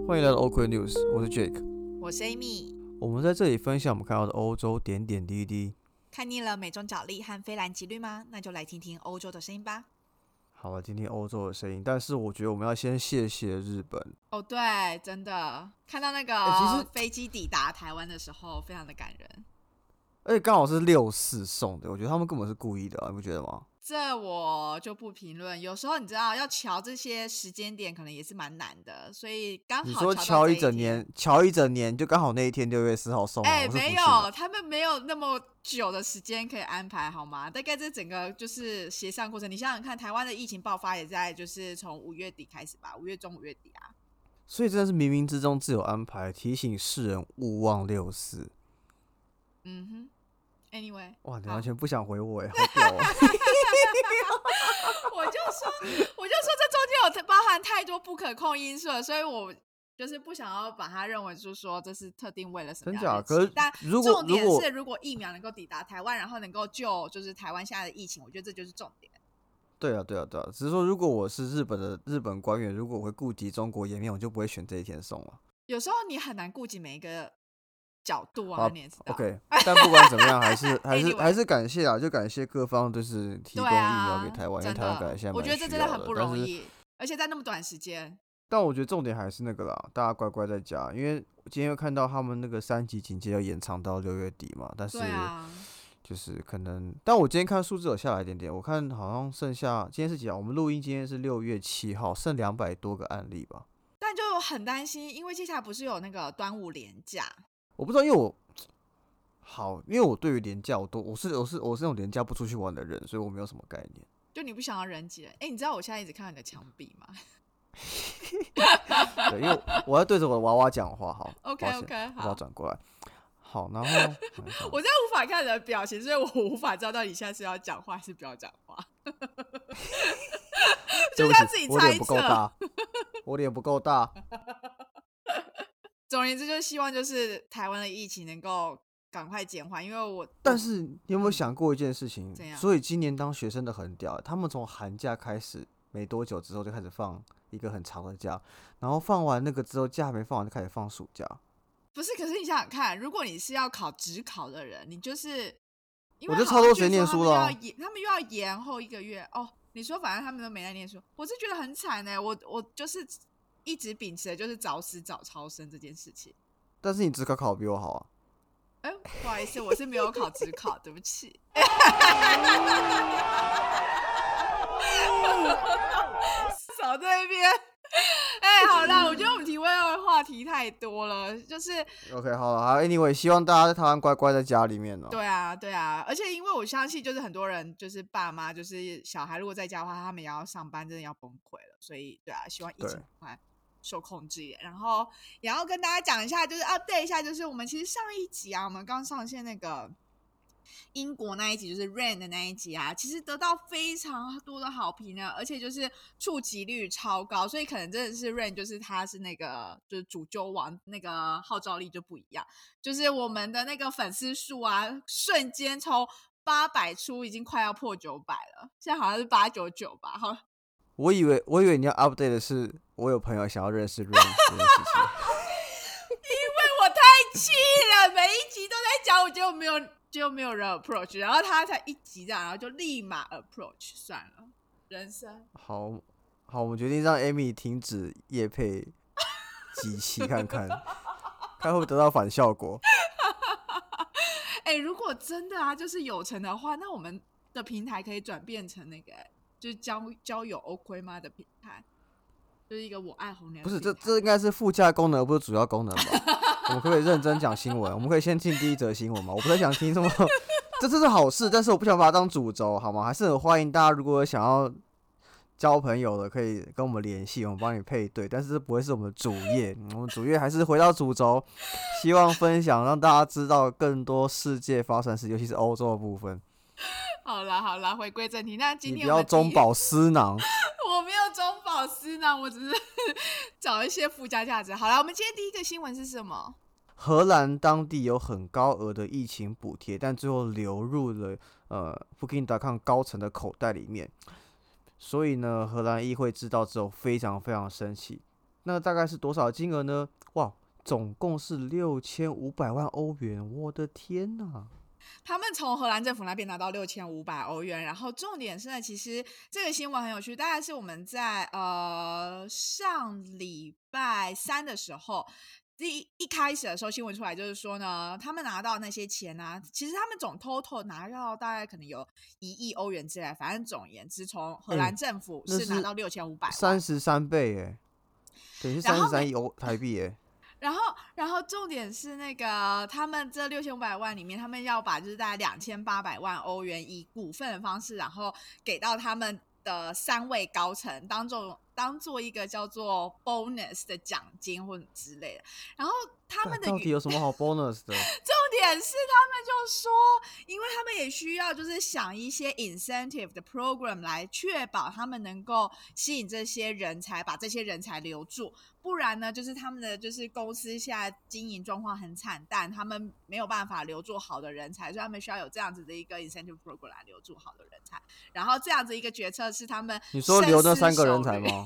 欢迎来到 OK News， 我是 Jake， 我是 Amy。 我们在这里分享我们看到的欧洲点点滴滴。 看腻了美中角力和非蓝即绿吗？那就来听听欧洲的声音吧。 好了，听听欧洲的声音，但是我觉得我们要先谢谢日本。 哦，对，真的看到那其个实飞机抵达台湾的时候，非常的感人。 而且刚好是6/4送的，我觉得他们根本是故意的你不觉得吗？ 这我就不评论。有时候你知道要瞧这些时间点，可能也是蛮难的，所以刚你说好瞧到瞧一整这一天。 年，瞧一整年，就刚好那一天6月4号送吗？我是不没信有，他们没有那么久的时间可以安排，好吗？大概这整个就是协商过程，你想想看，台湾的疫情爆发也在就是从5月底开始吧，5月中5月底啊。 所以真的是冥冥之中自有安排，提醒世人勿忘6/4。 嗯哼。Anyway， 哇，你好完全不想回我好屌哦！ 我就说这中间有包含太多不可控因素了，所以我就是不想要把它认为就是说这是特定为了什么真假？ 样的日期。 可是但如果重点是，如果疫苗能够抵达台湾，然后能够救就是台湾现在的疫情，我觉得这就是重点。 对啊，只是说如果我是日本官员，如果我会顾及中国颜面，我就不会选这一天送了。 有时候你很难顾及每一个角度好你也知道。 OK， 但不管怎么样， Anyway 还是感谢啊，就感谢各方就是提供疫苗给台湾，因为真台湾感觉现在的，我觉得这真的很不容但是易，而且在那么短时间。 但我觉得重点还是那个啦，大家乖乖在家，因为今天又看到他们那个3级警戒要延长到6月底嘛，但是对啊， 就是可能，但我今天看数字有下来一点点，我看好像剩下今天是几号？我们录音今天是6月7号，剩200多个案例吧。 但就很担心，因为接下来不是有那个端午连假。 我不知道，因为我对于连假我是那种连假不出去玩的人，所以我没有什么概念。 就你不想要人挤人。你知道我现在一直看到你的墙壁吗？ 对，因为我要对着我的娃娃讲话，好 OK 抱歉 OK， 我把它好。 转过来。好，然后我现在无法看你的表情，所以我无法知道到底现在是要讲话还是不要讲话。就是要自己猜测。 我脸不够大。 总而言之，就是希望就是台湾的疫情能够赶快减缓，因为但是你有没有想过一件事情？所以今年当学生的很屌，他们从寒假开始没多久之后就开始放一个很长的假，然后放完那个之后假没放完就开始放暑假。 不是，可是你想想看，如果你是要考只考的人，你就是因为我就超多学念书了他们又要延后1个月哦。你说反正他们都没在念书，我是觉得很惨我就是一直秉持的就是早死早超生这件事情。 但是你只考比我好啊。 不好意思，我是没有考只考，对不起。少在那边。好啦，我觉得我们题外的话题太多了，就是 OK 好了，Anyway， 希望大家在台湾乖乖在家里面对啊，而且因为我相信，就是很多人就是爸妈，就是小孩如果在家的话，他们也要上班，真的要崩溃了。所以对啊，希望疫情快受控制一点。然后也要跟大家讲一下，就是 update 一下，就是我们其实上一集啊，我们刚上线那个英国那一集，就是 Rain 的那一集啊，其实得到非常多的好评呢，而且就是触及率超高，所以可能真的是 Rain， 就是他是那个就是主揪王，那个号召力就不一样，就是我们的那个粉丝数啊，瞬间从800出已经快要破900了，现在好像是899吧。好， 我以为你要 update 的是我有朋友想要认识 Rain 这件事情。 因为我太气了，每一集都在讲，我就没有人 approach， 然后他才一集这样，然后就立马 approach， 算了，人生。 好，我们决定让 Amy 停止业配机器看看会不会得到反效果。 如果真的就是有成的话，那我们的平台可以转变成那个就是交友 OK 吗的平台，就是一个我爱红娘。 不是，这应该是附加功能，不是主要功能吧？我们可不可以认真讲新闻？我们可以先听第一则新闻吗？我不太想听什么，这是好事，但是我不想把它当主轴，好吗？还是很欢迎大家，如果想要交朋友的，可以跟我们联系，我们帮你配对。但是这不会是我们的主业，我们主业还是回到主轴，希望分享让大家知道更多世界发生事，尤其是欧洲的部分。 好啦，回归正题。那今天你不要中饱私囊。 我没有中饱私囊，我只是找一些附加价值。好啦，我们今天第一个新闻是什么？ 荷兰当地有很高额的疫情补贴，但最后流入了Booking.com 高层的口袋里面。所以呢，荷兰议会知道之后非常非常生气， 那大概是多少金额呢？哇，总共是6500万欧元，我的天哪！ 他们从荷兰政府那边拿到6500欧元，然后重点是呢，其实这个新闻很有趣，大概是我们在上礼拜三的时候，一开始的时候新闻出来就是说呢，他们拿到那些钱啊，其实他们总 total 拿到大概可能有1亿欧元之类，反正总而言之，从荷兰政府是拿到6500万 33倍耶，等于是33亿台币耶。 然后重点是那个他们这6500万里面，他们要把就是大概2800万欧元以股份的方式，然后给到他们的3位高层，当做一个叫做 bonus 的奖金或者之类的。然后他们的到底有什么好 bonus 的？ 重点是他们就说，因为他们也需要就是想一些 incentive 的 program 来确保他们能够吸引这些人才，把这些人才留住。不然呢，就是他们的就是公司现在经营状况很惨淡，他们没有办法留住好的人才，所以他们需要有这样子的一个 incentive program 来留住好的人才。然后这样子一个决策是他们你说留那3个人才吗？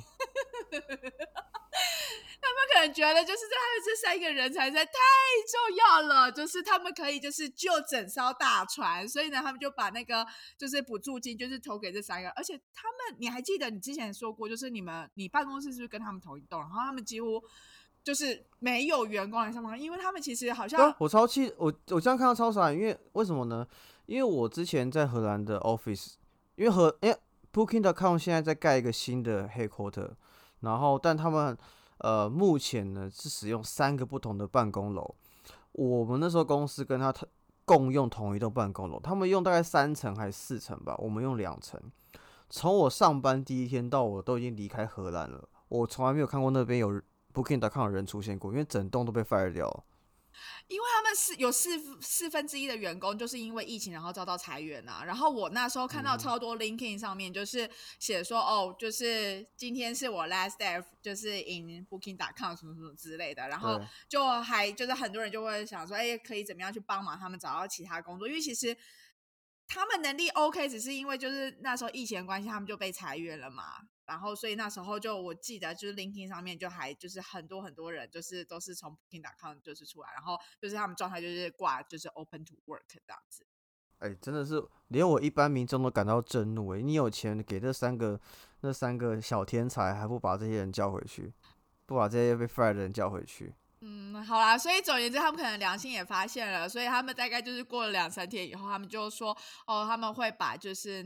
他们可能觉得就是他们这3个人才太重要了，就是他们可以就是救整艘大船，所以呢他们就把那个就是补助金就是投给这3个。而且他们你还记得你之前说过，就是你办公室是不是跟他们同一栋，然后他们几乎就是没有员工来上班，因为他们其实好像我超气，我这样看到超傻眼，因为为什么呢？因为我之前在荷兰的 office， 因为Booking.com 现在在盖一个新的 headquarter， 然后但他们目前呢是使用3个不同的办公楼。我们那时候公司跟他共用同一栋办公楼，他们用大概3层还是4层吧，我们用2层。从我上班第一天到我都已经离开荷兰了，我从来没有看过那边有 Booking.com 的人出现过，因为整栋都被 fire 掉了。 因为他们有四分之一的员工就是因为疫情然后遭到裁员啊。然后我那时候看到超多 LinkedIn 上面就是写说就是今天是我 last day 就是 in booking.com 什么什么之类的，然后就还就是很多人就会想说可以怎么样去帮忙他们找到其他工作，因为其实他们能力 OK， 只是因为就是那时候疫情的关系他们就被裁员了嘛。然后所以那时候就我记得就是 LinkedIn 上面就还就是很多人就是都是从 Booking.com 就是出来，然后就是他们状态就是挂就是 open to work 这样子。 真的是连我一般民众都感到震怒。你有钱给那三个小天才，还不把这些人叫回去，不把这些被 fire 的人叫回去。 好啦，所以总而言之他们可能良心也发现了，所以他们大概就是过了2-3天以后，他们就说他们会把就是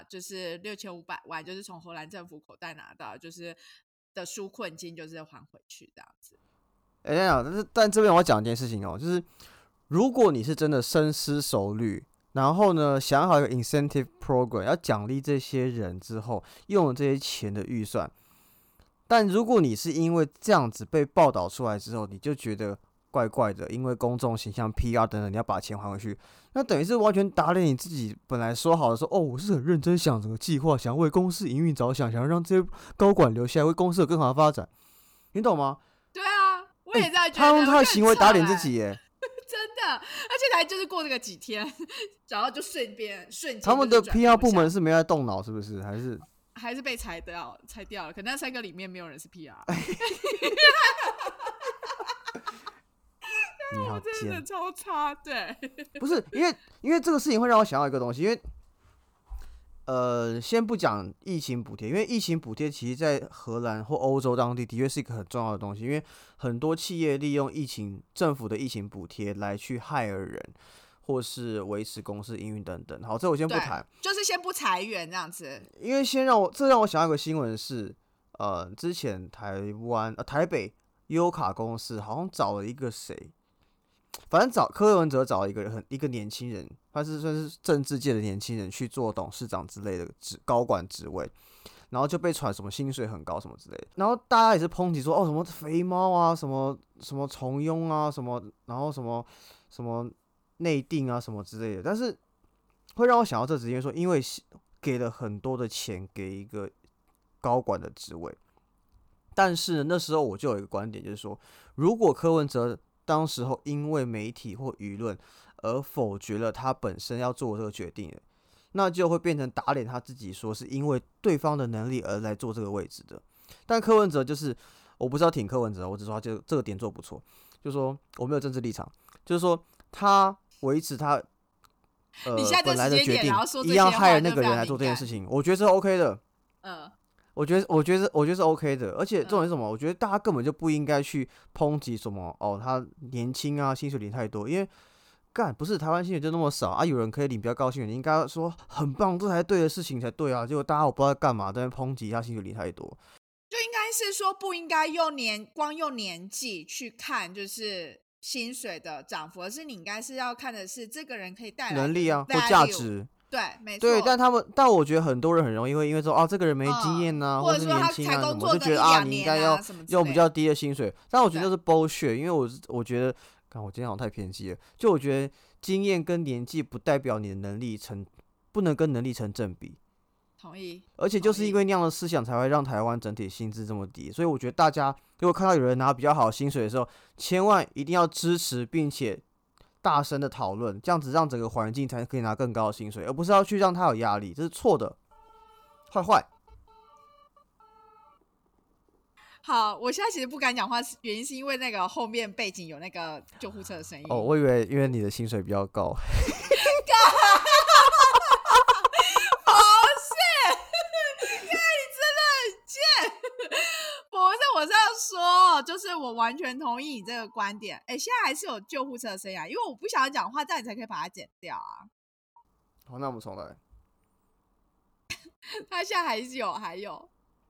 6500万就是从荷兰政府口袋拿到就是的纾困金就是还回去这样子。 但这边我要讲一件事情就是如果你是真的深思熟虑，然后呢想好一个 incentive program 要奖励这些人之后用了这些钱的预算，但如果你是因为这样子被报道出来之后，你就觉得怪怪的，因为公众形象 PR 等等，你要把钱还回去，那等于是完全打脸你自己本来说好的说我是很认真想整个计划，想为公司营运着想，想要让这些高管留下来，为公司有更好的发展，你懂吗？ 对啊，我也在觉得他用他的行为打脸自己耶。 真的，而且才就是过这个几天，然后就瞬间他们的 PR 部门是没在动脑，是不是？ 还是被裁掉了？可能那3个里面没有人是 PR。 你好真的超差，对。 不是因为这个事情会让我想到一个东西，因为先不讲疫情补贴，因为疫情补贴其实在荷兰或欧洲当地的确是一个很重要的东西，因为很多企业利用政府的疫情补贴来去hire人，或是维持公司营运等等。好，这我先不谈， 就是先不裁员这样子。 因为让我想到一个新闻是，之前台北优卡公司好像找了一个谁。反正柯文哲找一个年轻人，他是算是政治界的年轻人去做董事长之类的高管职位，然后就被传什么薪水很高什么之类的，然后大家也是抨击说什么肥猫啊，什么从庸啊，然后什么内定啊什么之类的，但是会让我想到这职业说，因为给了很多的钱给一个高管的职位，但是那时候我就有一个观点，就是说如果柯文哲当时候因为媒体或舆论而否决了他本身要做这个决定，那就会变成打脸他自己，说是因为对方的能力而来做这个位置的。但柯文哲就是我不是要挺柯文哲，我只说他这个点做不错，就是说我没有政治立场，就是说他维持他你现在本这时间点， 来的决定然后说这一样些害了那话就非常个人来做敏感。 这件事情，我觉得是 OK 的。 嗯， 我觉得是 OK 的，而且重点是什么？ 嗯我觉得大家根本就不应该去抨击什么哦，他年轻啊，薪水领太多，因为干不是台湾薪水就那么少啊，有人可以领比较高薪水，你应该说很棒，这才是对的事情才对啊。结果大家我不知道在干嘛，在那边抨击他薪水领太多。 就应该是说不应该光用年纪去看就是薪水的涨幅，而是你应该是要看的是这个人可以带来的能力啊或价 value。 值， 对，没对， 错。 但我觉得很多人很容易会因为说哦，这个人没经验啊，或是或者说他年轻啊什么， 才工作就觉得啊， 个一两你应该要年啊什么之类的。 用比较低的薪水。但我觉得对这是 bullshit，因为我觉得，看我今天好像太偏激了，就我觉得经验跟年纪不代表你的能力不能跟能力成正比。 同意。 而且就是因为那样的思想，才会让台湾整体薪资这么低。所以我觉得大家如果看到有人拿比较好的薪水的时候，千万一定要支持，并且大声的讨论，这样子让整个环境才可以拿更高的薪水，而不是要去让他有压力，这是错的，坏。 好，我现在其实不敢讲话，原因是因为那个后面背景有那个救护车的声音。 哦，我以为因为你的薪水比较高。 不是，我是要说，就是我完全同意你这个观点。哎，现在还是有救护车的声音啊，因为我不想要讲话，这样你才可以把它剪掉啊。 好，那我们重来。 他现在还有，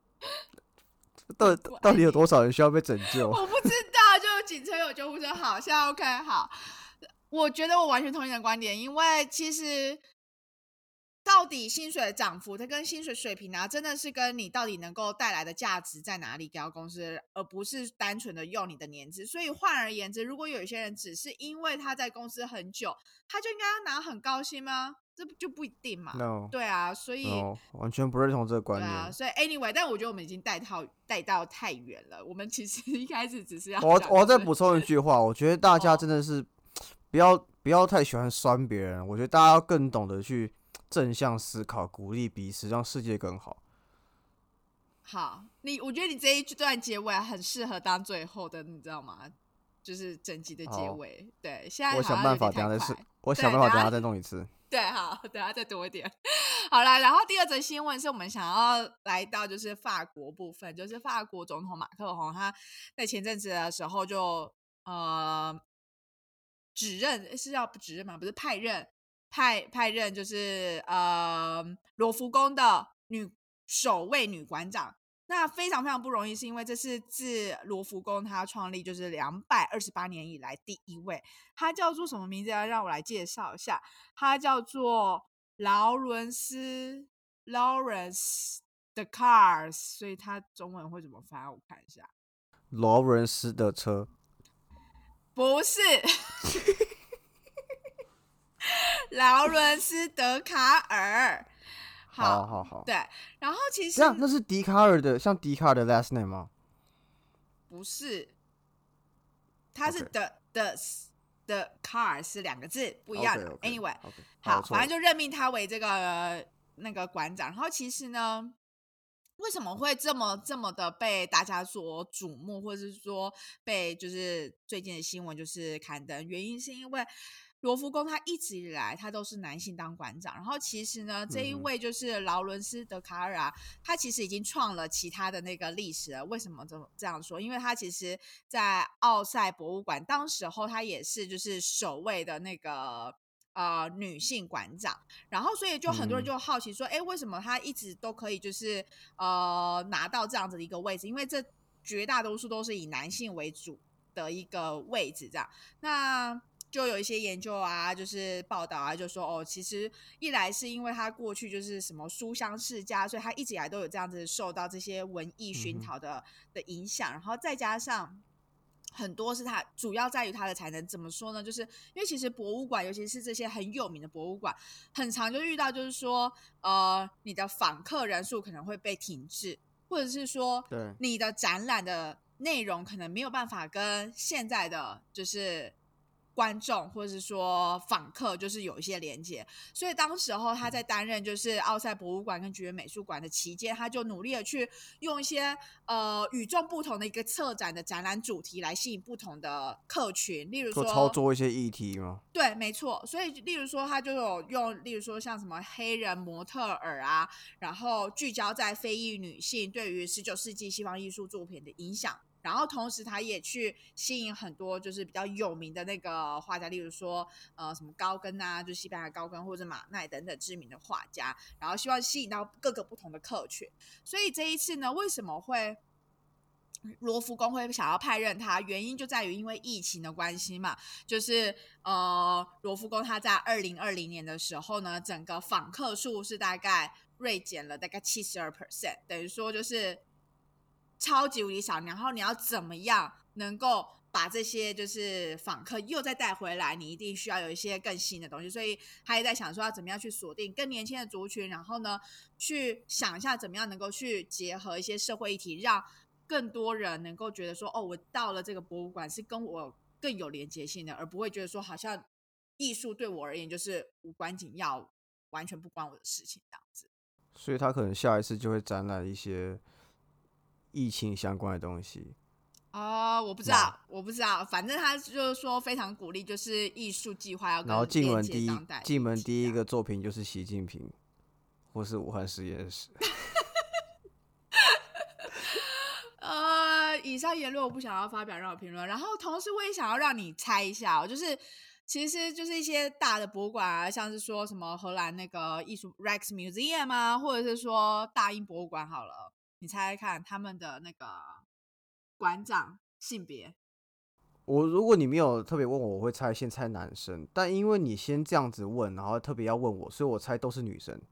到底有多少人需要被拯救？ 我不知道，就警车有救护车。好，现在 OK。好，我觉得我完全同意你的观点，因为其实到底薪水的涨幅，它跟薪水水平啊，真的是跟你到底能够带来的价值在哪里给到公司，而不是单纯的用你的年资。所以换而言之，如果有一些人只是因为他在公司很久，他就应该要拿很高薪吗？这就不一定嘛。 No， 对啊，所以完全不认同这个观念。 对啊，所以 anyway， 但我觉得我们已经带到太远了。我们其实一开始只是要我要再补充一句话，我觉得大家真的是不要太喜欢酸别人，我觉得大家要更懂得去正向思考，鼓励彼此，让世界更好。 好，我觉得你这一段结尾很适合当最后的，你知道吗？就是整集的结尾。对，现在我想办法等下再弄一次。 对，好，等下再多一点。好啦，然后第二则新闻是我们想要来到就是法国部分，就是法国总统马克宏他在前阵子的时候就指认是要指认吗？不是派任就是罗浮宫的首位女馆长。那非常非常不容易，是因为这是自罗浮宫它创立就是228年以来第一位。它叫做什么名字？要让我来介绍一下。它叫做劳伦斯 Lawrence the Cars， 所以它中文会怎么翻？我看一下。 劳伦斯的车？ 不是。劳伦斯德卡尔。 好， 对，然后其实那是笛卡尔的，像笛卡尔的 last name 吗？ 不是，它是 the car 是2个字不一样的。Anyway， 好，反正就任命他为这个那个馆长。然后其实呢，为什么会这么的被大家所瞩目，或者是说被就是最近的新闻就是刊登？原因是因为罗浮宫他一直以来他都是男性当馆长，然后其实呢这一位就是劳伦斯德卡尔啊，他其实已经创了其他的那个历史了。为什么这样说？因为他其实在奥赛博物馆当时候他也是就是首位的那个女性馆长，然后所以就很多人就好奇说，为什么他一直都可以就是拿到这样子的一个位置？因为这绝大多数都是以男性为主的一个位置，这样。那就有一些研究啊，就是报道啊，就说其实一来是因为他过去就是什么书香世家，所以他一直以来都有这样子受到这些文艺熏陶的影响，然后再加上很多是他主要在于他的才能。怎么说呢？就是因为其实博物馆，尤其是这些很有名的博物馆，很常就遇到就是说你的访客人数可能会被停滞，或者是说你的展览的内容可能没有办法跟现在的就是观众或者是说访客就是有一些连接，所以当时候他在担任就是奥赛博物馆跟菊园美术馆的期间，他就努力的去用一些与众不同的一个策展的展览主题来吸引不同的客群，例如说操作一些议题吗？ 对，没错。所以例如说他就有用，例如说像什么黑人模特儿啊，然后聚焦在非裔女性对于19世纪西方艺术作品的影响，然后同时他也去吸引很多就是比较有名的那个画家，例如说什么高更啊，就西班牙高更或者马奈等等知名的画家，然后希望吸引到各个不同的客群。所以这一次呢，为什么会罗浮宫会想要派任他，原因就在于因为疫情的关系嘛，就是罗浮宫他在2020年的时候呢，整个访客数是大概锐减了大概72%，等于说就是超级无敌少。然后你要怎么样能够把这些就是访客又再带回来，你一定需要有一些更新的东西，所以他也在想说要怎么样去锁定更年轻的族群，然后呢去想一下怎么样能够去结合一些社会议题，让更多人能够觉得说，哦，我到了这个博物馆是跟我更有连结性的，而不会觉得说好像艺术对我而言就是无关紧要，完全不关我的事情这样子。 所以他可能下一次就会展览一些疫情相关的东西。 我不知道，反正他就是说非常鼓励，就是艺术计划要跟然后进门第一个作品就是习近平，或是武汉实验室。 以上言论我不想要发表任何评论，然后同时我也想要让你猜一下就是其实就是一些大的博物馆啊，像是说什么荷兰那个艺术 Rijksmuseum 啊，或者是说大英博物馆好了，你猜猜看他们的那个馆长性别。 如果你没有特别问我会先猜男生，但因为你先这样子问，然后特别要问我，所以我猜都是女生。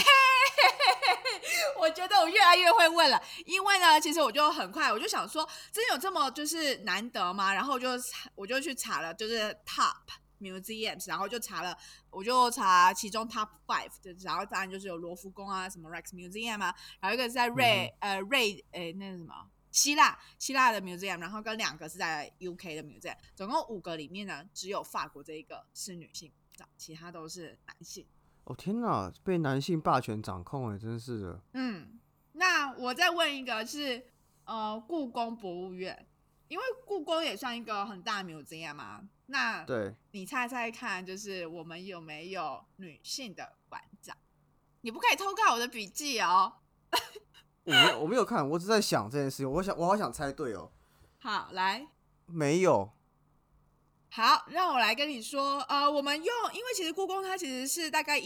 我觉得我越来越会问了，因为呢，其实我就很快我就想说，真的有这么就是难得吗？然后我就去查了，就是 Top Museums， 然后我就查其中 Top 5， 然后当然就是有罗浮宫啊，什么 Rijksmuseum 啊，然后一个是在那是什么希腊的 museum， 然后跟2个是在 UK 的 museum， 总共5个里面呢，只有法国这一个是女性长，其他都是男性。 哦天哪，被男性霸权掌控真是的。 那我再问一个是故宫博物院，因为故宫也算一个很大的 museum 嘛，那对， 你猜猜看，就是我们有没有女性的馆长？你不可以偷看我的笔记哦。 我没有看，我只在想这件事情，我好想猜对哦。 好，来， 没有。 好，让我来跟你说，我们因为其实故宫它其实是大概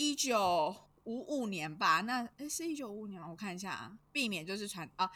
1955年吧，那是1955年吗？我看一下啊，避免就是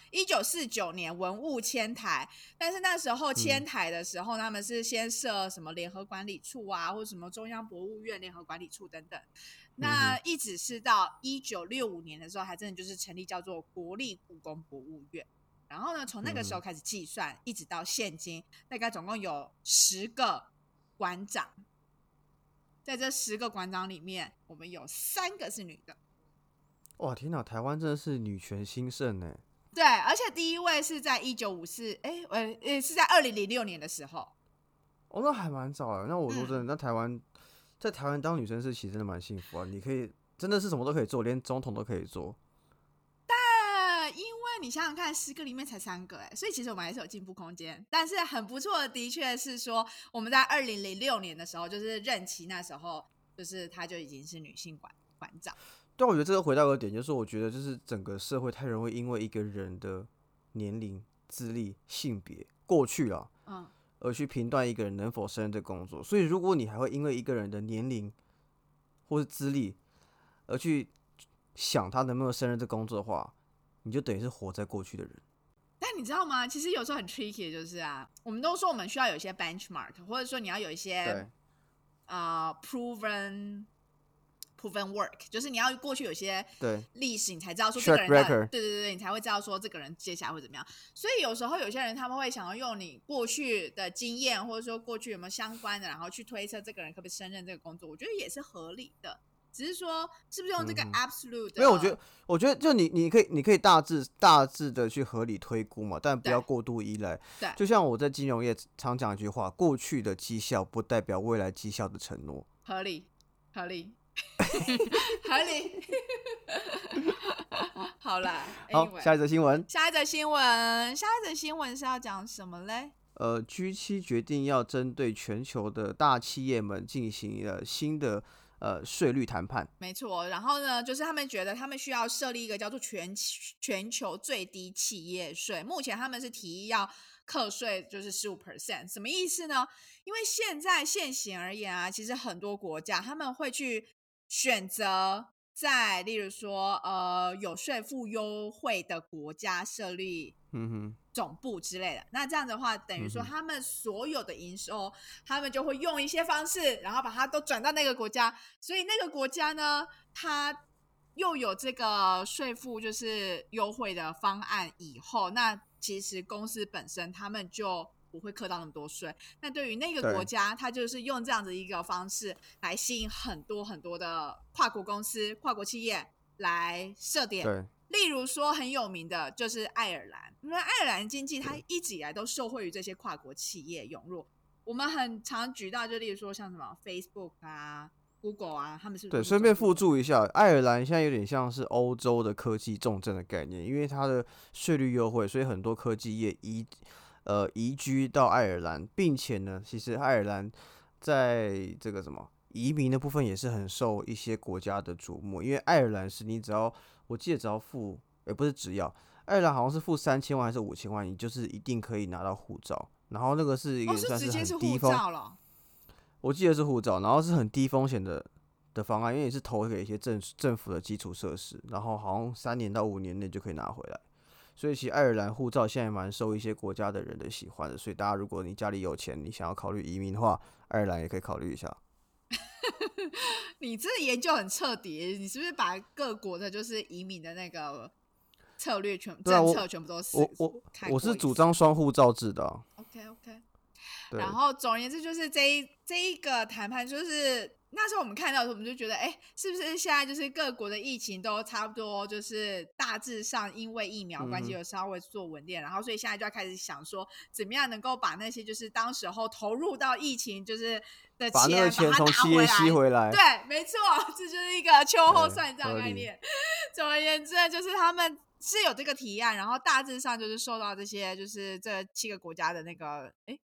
1949年文物迁台，但是那时候迁台的时候，他们是先设什么联合管理处啊，或者什么中央博物院联合管理处等等，那一直是到1965年的时候，还真的就是成立叫做国立故宫博物院。然后呢，从那个时候开始计算，一直到现今，大概总共有10个馆长。在这10个馆长里面，我们有3个是女的。 哇，天哪，台湾真的是女权兴盛呢。 对，而且第一位是在1954，是在2006年的时候。 哦，那还蛮早的。那我说真的，那在台湾当女生是其实真的蛮幸福啊，你可以真的是什么都可以做，连总统都可以做。 因为你想想看，10个里面才3个，所以其实我们还是有进步空间。但是很不错的确是说，我们在2006年的时候，就是任期那时候，就是她就已经是女性馆长。 但我觉得这个回到一个点，就是我觉得就是整个社会太容易因为一个人的年龄、资历、性别过去了，而去评断一个人能否胜任这个工作。所以如果你还会因为一个人的年龄或是资历而去想他能不能胜任这工作的话，你就等于是活在过去的人。 但你知道吗？其实有时候很 tricky 的就是我们都说我们需要有一些 benchmark， 或者说你要有一些proven work， 就是你要过去有些历史，你才知道说这个人对，你才会知道说这个人接下来会怎么样。所以有时候有些人他们会想要用你过去的经验，或者说过去有没有相关的，然后去推测这个人可不可以胜任这个工作，我觉得也是合理的。 只是说是不是用这个 absolute 没有，我觉得就你可以大致的去合理推估嘛，但不要过度依赖。 对， 就像我在金融业常讲一句话，过去的绩效不代表未来绩效的承诺。 合理合理合理好啦， 好，下一则新闻。 下一则新闻是要讲什么嘞 ？G7 决定要针对全球的大企业们进行新的税率谈判。 没错，然后呢，就是他们觉得他们需要设立一个叫做全球最低企业税。目前他们是提议要课税就是15%，什么意思呢？因为现在现行而言啊，其实很多国家他们会去选择在例如说有税负优惠的国家设立总部之类的。那这样的话，等于说他们所有的营收，他们就会用一些方式，然后把它都转到那个国家。所以那个国家呢，它又有这个税负就是优惠的方案以后，那其实公司本身他们就不会课到那么多税。那对于那个国家，它就是用这样子一个方式来吸引很多很多的跨国公司、跨国企业来设点。 对， 例如说很有名的就是爱尔兰，因为爱尔兰经济它一直以来都受惠于这些跨国企业涌入。我们很常举到，就例如说像什么 Facebook 啊、Google 啊，他们是对。顺便附注一下，爱尔兰现在有点像是欧洲的科技重镇的概念，因为它的税率优惠，所以很多科技业移居到爱尔兰，并且呢，其实爱尔兰在这个移民的部分也是很受一些国家的瞩目，因为爱尔兰是你我记得只要付，不是只要，爱尔兰好像是付3000万还是5000万，你就是一定可以拿到护照，然后那个是也算是很低风，我记得是护照，然后是很低风险的方案，因为你是投给一些政府的基础设施，然后好像3年到5年内就可以拿回来。所以其实爱尔兰护照现在蛮受一些国家的人的喜欢的，所以大家如果你家里有钱，你想要考虑移民的话，爱尔兰也可以考虑一下。 你这个研究很彻底，你是不是把各国的就是移民的那个策略政策全部都我是主张双护照制的啊。 OK， 然后总而言之就是这一个谈判，就是那时候我们看到的时候，我们就觉得，是不是现在就是各国的疫情都差不多，就是大致上因为疫苗关系有稍微做稳定，然后所以现在就要开始想说，怎么样能够把那些就是当时候投入到疫情就是的把那个钱从企业吸回来。 对，没错，这就是一个秋后算账概念。总而言之，就是他们是有这个提案，然后大致上就是受到这些就是这7个国家的那个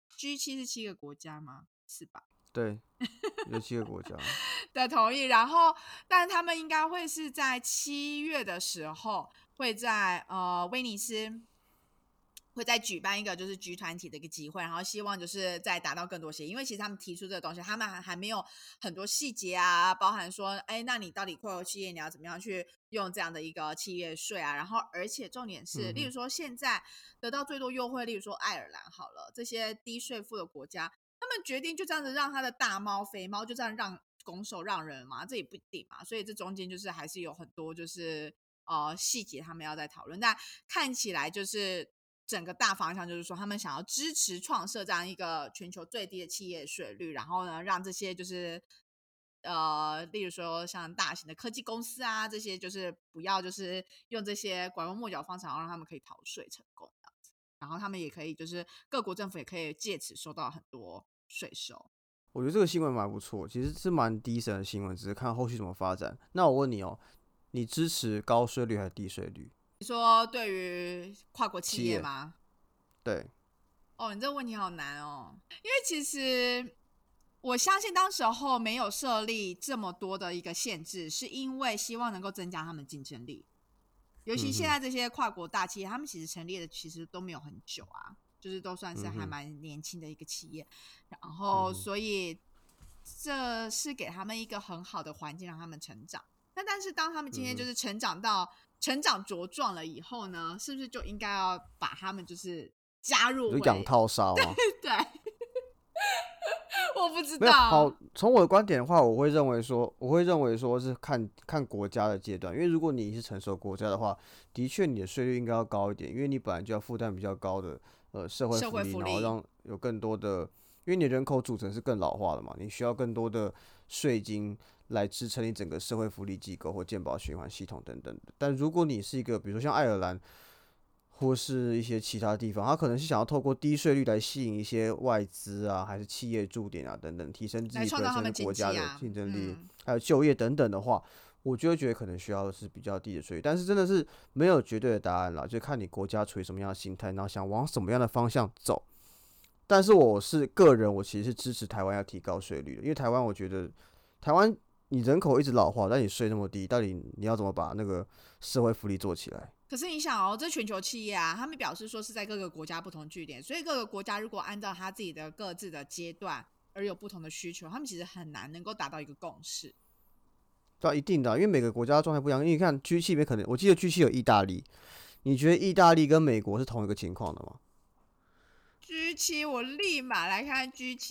G7 是7个国家吗？是吧？ 对，有7个国家的同意，然后但他们应该会是在7月的时候会在威尼斯会再举办一个就是 G 团体的一个机会，然后希望就是再达到更多协议，因为其实他们提出这个东西，他们还没有很多细节啊，包含说那你到底跨国企业你要怎么样去用这样的一个企业税啊，然后而且重点是例如说现在得到最多优惠，例如说爱尔兰好了，这些低税负的国家，他们决定就这样子让他的大猫肥猫就这样拱手让人嘛，这也不一定嘛，所以这中间就是还是有很多就是细节他们要再讨论，但看起来就是整个大方向就是说他们想要支持创设这样一个全球最低的企业税率，然后呢让这些就是例如说像大型的科技公司啊，这些就是不要就是用这些拐弯抹角方式，然后让他们可以逃税成功这样子，然后他们也可以就是各国政府也可以借此收到很多税收。 我觉得这个新闻蛮不错，其实是蛮低层的新闻，只是看后续怎么发展。那我问你哦，你支持高税率还是低税率？ 你说对于跨国企业吗？ 对。 你这个问题好难哦，因为其实我相信当时候没有设立这么多的一个限制，是因为希望能够增加他们竞争力。尤其现在这些跨国大企业，他们其实成立的其实都没有很久啊，就是都算是还蛮年轻的一个企业，然后所以这是给他们一个很好的环境让他们成长。但是当他们今天就是成长茁壮了以后呢，是不是就应该要把他们就是加入回养套杀吗？ 对我不知道。 没有好，从我的观点的话，我会认为说是看国家的阶段，因为如果你是成熟国家的话，的确你的税率应该要高一点，因为你本来就要负担比较高的社会福利，然后让有更多的，因为你人口组成是更老化的嘛，你需要更多的税金来支撑你整个社会福利机构或健保循环系统等等的。但如果你是一个比如说像爱尔兰或是一些其他地方，它可能是想要透过低税率来吸引一些外资啊，还是企业驻点啊等等，提升自己本身国家的竞争力，还有就业等等的话，我就会觉得可能需要的是比较低的税率。但是真的是没有绝对的答案啦，就看你国家处于什么样的心态，然后想往什么样的方向走。但是我是个人，我其实是支持台湾要提高税率的，因为台湾我觉得台湾你人口一直老化，但你税那么低，到底你要怎么把那个社会福利做起来？ 可是你想哦，这全球企业啊，他们表示说是在各个国家不同据点，所以各个国家如果按照他自己的各自的阶段而有不同的需求，他们其实很难能够达到一个共识。 对啊，一定的因为每个国家状态不一样。因为你看 G7里面可能，我记得 G7有意大利，你觉得意大利跟美国是同一个情况的吗？ G7，我立马来看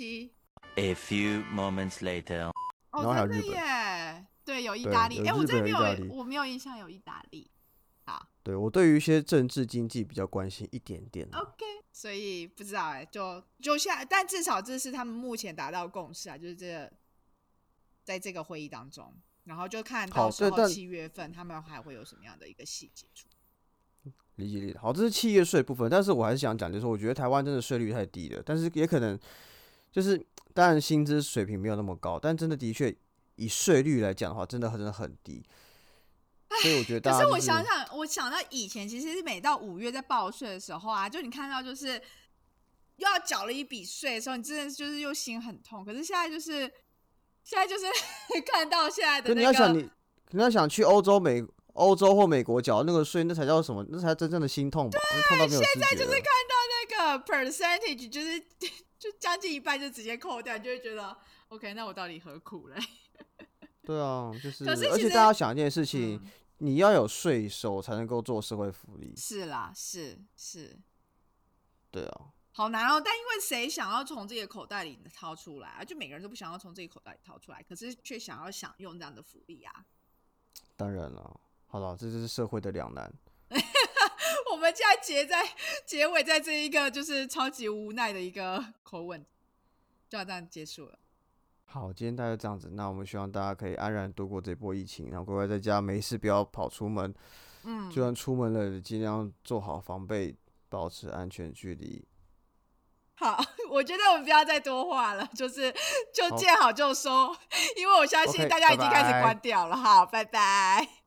A few moments later， 然后还有日本耶，对，有意大利， 有我这边日本我没有印象有意大利。好， 对我对于一些政治经济比较关心一点点 ，OK， 所以不知道就下，但至少这是他们目前达到共识啊，就是在这个会议当中，然后就看到时候7月份他们还会有什么样的一个细节出来。 理解。好，这是企业税部分，但是我还是想讲，就是我觉得台湾真的税率太低了，但是也可能就是当然薪资水平没有那么高，但真的的确以税率来讲的话，真的很低。所以我觉得大家、 可是我想到以前，其实每到5月在报税的时候啊，就你看到就是又要缴了一笔税的时候，你真的就是又心很痛。可是现在就是看到现在的那个， 你要想去欧洲或美国缴那个税，那才叫什么？那才真正的心痛吧？那痛到没有知觉了。 现在就是看到那个 percentage， 就将近一半就直接扣掉，你就会觉得 OK， 那我到底何苦嘞？ 对啊，就是， 可是而且大家想一件事情，你要有税收才能够做社会福利。 是啦，是， 对啊， 好难哦。但因为谁想要从自己的口袋里掏出来啊？就每个人都不想要从自己口袋里掏出来，可是却想要享用这样的福利啊。 当然了，好了，这就是社会的两难。 我们现在结尾在这一个就是超级无奈的一个口吻，就要这样结束了。 好，今天大概就这样子。那我们希望大家可以安然度过这波疫情，然后乖乖在家没事，不要跑出门。就算出门了，尽量做好防备，保持安全距离。 好，我觉得我们不要再多话了，就见好就收，因为我相信大家已经开始关掉了。好，拜拜。